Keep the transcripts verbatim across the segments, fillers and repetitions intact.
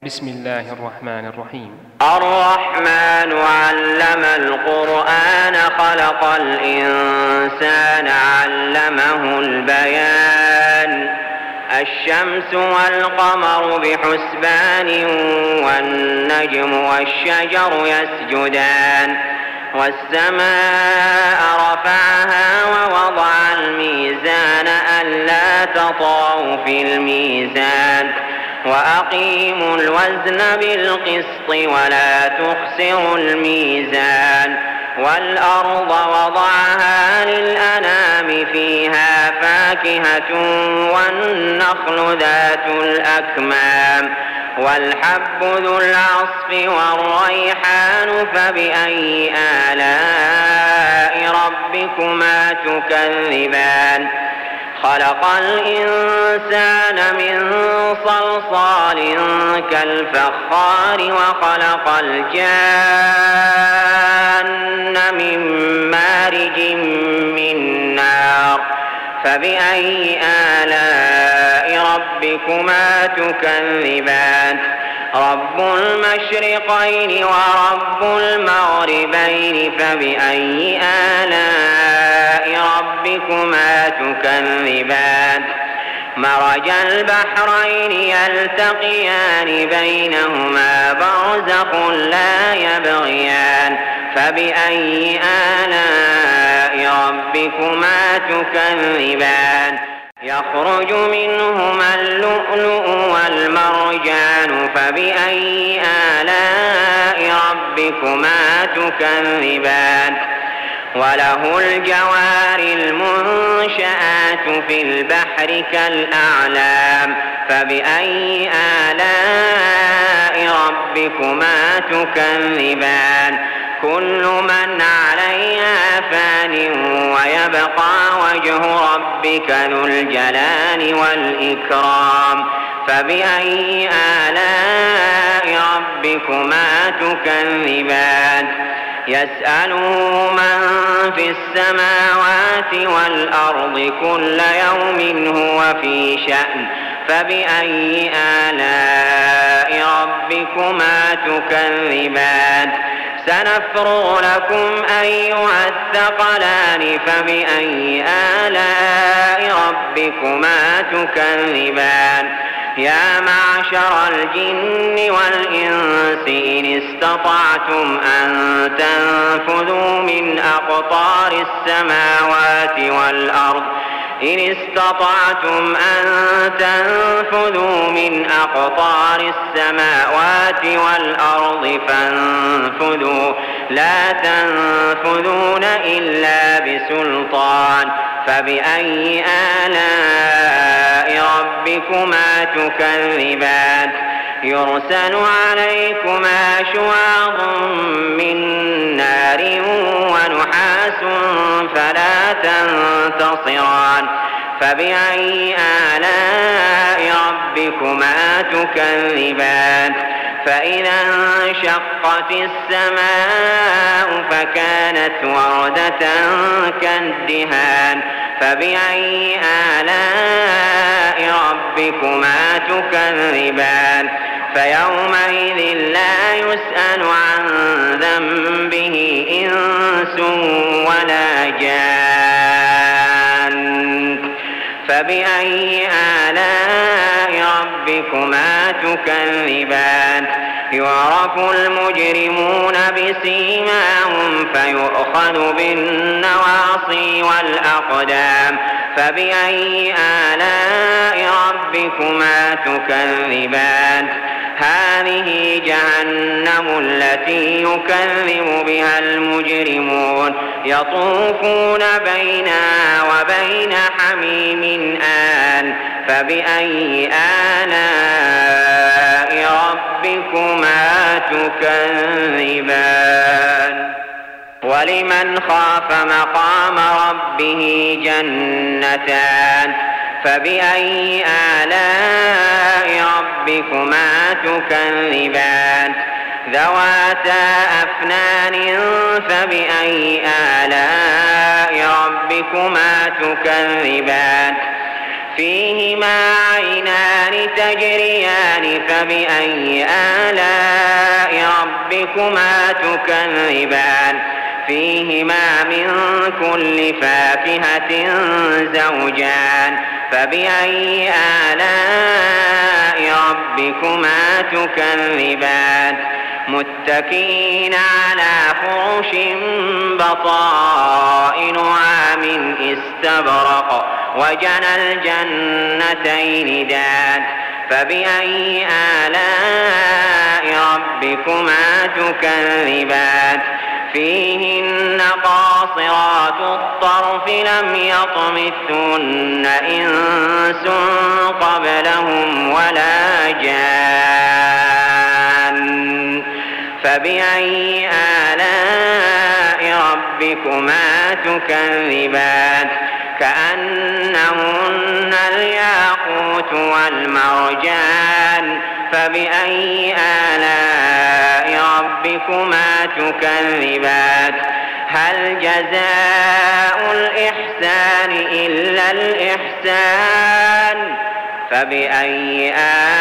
بسم الله الرحمن الرحيم. الرحمن علم القرآن خلق الإنسان علمه البيان الشمس والقمر بحسبان والنجم والشجر يسجدان والسماء رفعها ووضع الميزان ألا تطغوا في الميزان وأقيموا الوزن بالقسط ولا تخسروا الميزان والأرض وضعها للأنام فيها فاكهة والنخل ذات الأكمام والحب ذو العصف والريحان فبأي آلاء ربكما تكذبان خلق الإنسان من صلصال كالفخار وخلق الجان من مارج من نار فبأي آلاء ربكما تكذبان رب المشرقين ورب المغربين فبأي آلاء ربكما تكذبان مرج البحرين يلتقيان بينهما برزخ لا يبغيان فبأي آلاء ربكما تكذبان يخرج منهما اللؤلؤ والمرجان فبأي آلاء ربكما تكذبان وله الجوار المنشآت في البحر كالأعلام فبأي آلاء ربكما تكذبان كل من عليها فان ويبقى وجه ربك ذو الجلال والإكرام فبأي آلاء ربكما تكذبان يسأله من في السماوات والأرض كل يوم هو في شأن فبأي آلاء ربكما تكذبان سنفرغ لكم أيها الثقلان فبأي آلاء ربكما تكذبان يا معشر الجن والإنس إن استطعتم أن تنفذوا من أقطار السماوات والأرض إن استطعتم أن تنفذوا من أقطار السماوات والأرض فانفذوا لا تنفذون إلا بسلطان فبأي آلاء ربكما تكذبان يرسل عليكما شواظ من نار ونحاس فلا تنتصران فبأي آلاء ربكما تكذبان فإذا انشقت السماء فكانت وردة كالدهان فبأي آلاء ربكما تكذبان فيومئذ لا يسأل عن ذنبه إنس ولا جان فبأي آلاء ربكما تكذبان يعرف المجرمون بسيماهم فيؤخذ بالنواصي والأقدام فبأي آلاء ربكما تكذبان هذه جهنم التي يكذب بها المجرمون يطوفون بينها وبين حميم آن فبأي آلاء ربكما تكذبان ولمن خاف مقام ربه جنتان فبأي آلاء ربكما تكذبان ذواتا أفنان فبأي آلاء ربكما تكذبان فيهما عينان تجريان فبأي آلاء ربكما تكذبان فيهما من كل فاكهة زوجان فبأي آلاء ربكما تكذبان متكئين على فرش بطائنها من استبرق وجنى الجنتين دان فبأي آلاء ربكما تكذبان فيهن قاصرات الطرف لم يطمثهن إنس قبلهم ولا جان فبأي آلاء ربكما تكذبان كأنهن الياقوت والمرجان فبأي آلاء ربكما تكذبان هل جزاء الإحسان إلا الإحسان فبأي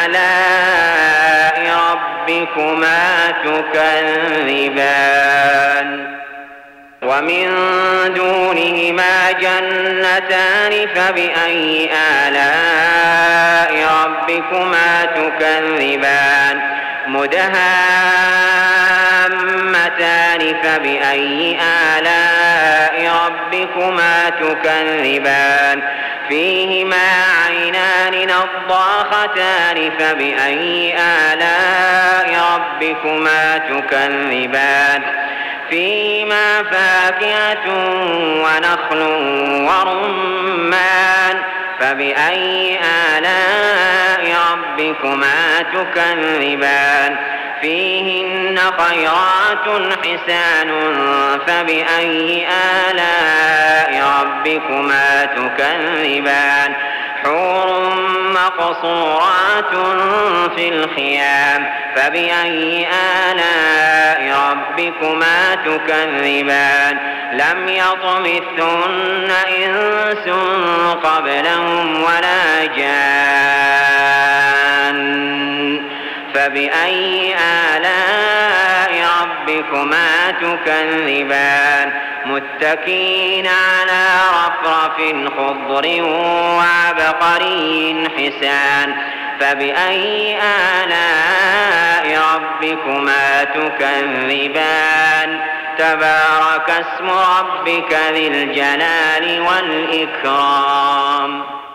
آلاء ربكما تكذبان ومن دونهما جنتان فبأي آلاء ربكما تكذبان مدهامتان فبأي آلاء ربكما تكذبان فيهما عينان نضاختان فبأي آلاء ربكما تكذبان فيهما فاكهة ونخل ورمان فبأي آلاء ربكما تكذبان فيهن خيرات حسان فبأي آلاء ربكما تكذبان حور مقصورات في الخيام فبأي آلاء ربكما تكذبان لم يطمثهن إنس قبلهم ولا جان فبأي آلاء ربكما تكذبان متكئين على رفرف خضر وعبقري حسان فبأي آلاء ربكما تكذبان تبارك اسم ربك ذي الجلال والإكرام.